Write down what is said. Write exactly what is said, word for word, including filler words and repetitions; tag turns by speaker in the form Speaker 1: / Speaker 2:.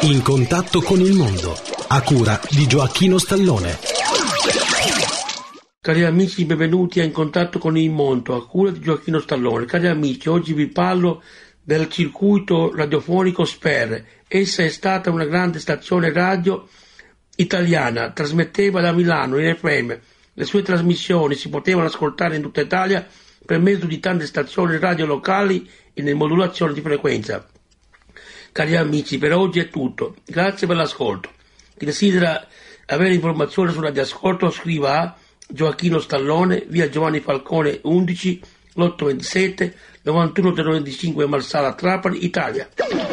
Speaker 1: In contatto con il mondo, a cura di Gioacchino Stallone.
Speaker 2: Cari amici, benvenuti a In contatto con il mondo, a cura di Gioacchino Stallone. Cari amici, oggi vi parlo del circuito radiofonico Sper. Essa è stata una grande stazione radio italiana, trasmetteva da Milano in F M. Le sue trasmissioni si potevano ascoltare in tutta Italia per mezzo di tante stazioni radio locali e in modulazione di frequenza. Cari amici, per oggi è tutto. Grazie per l'ascolto. Chi desidera avere informazioni sul radioascolto scriva a Gioacchino Stallone, via Giovanni Falcone undici, lotto ventisette, novantuno zero venticinque Marsala, Trapani, Italia.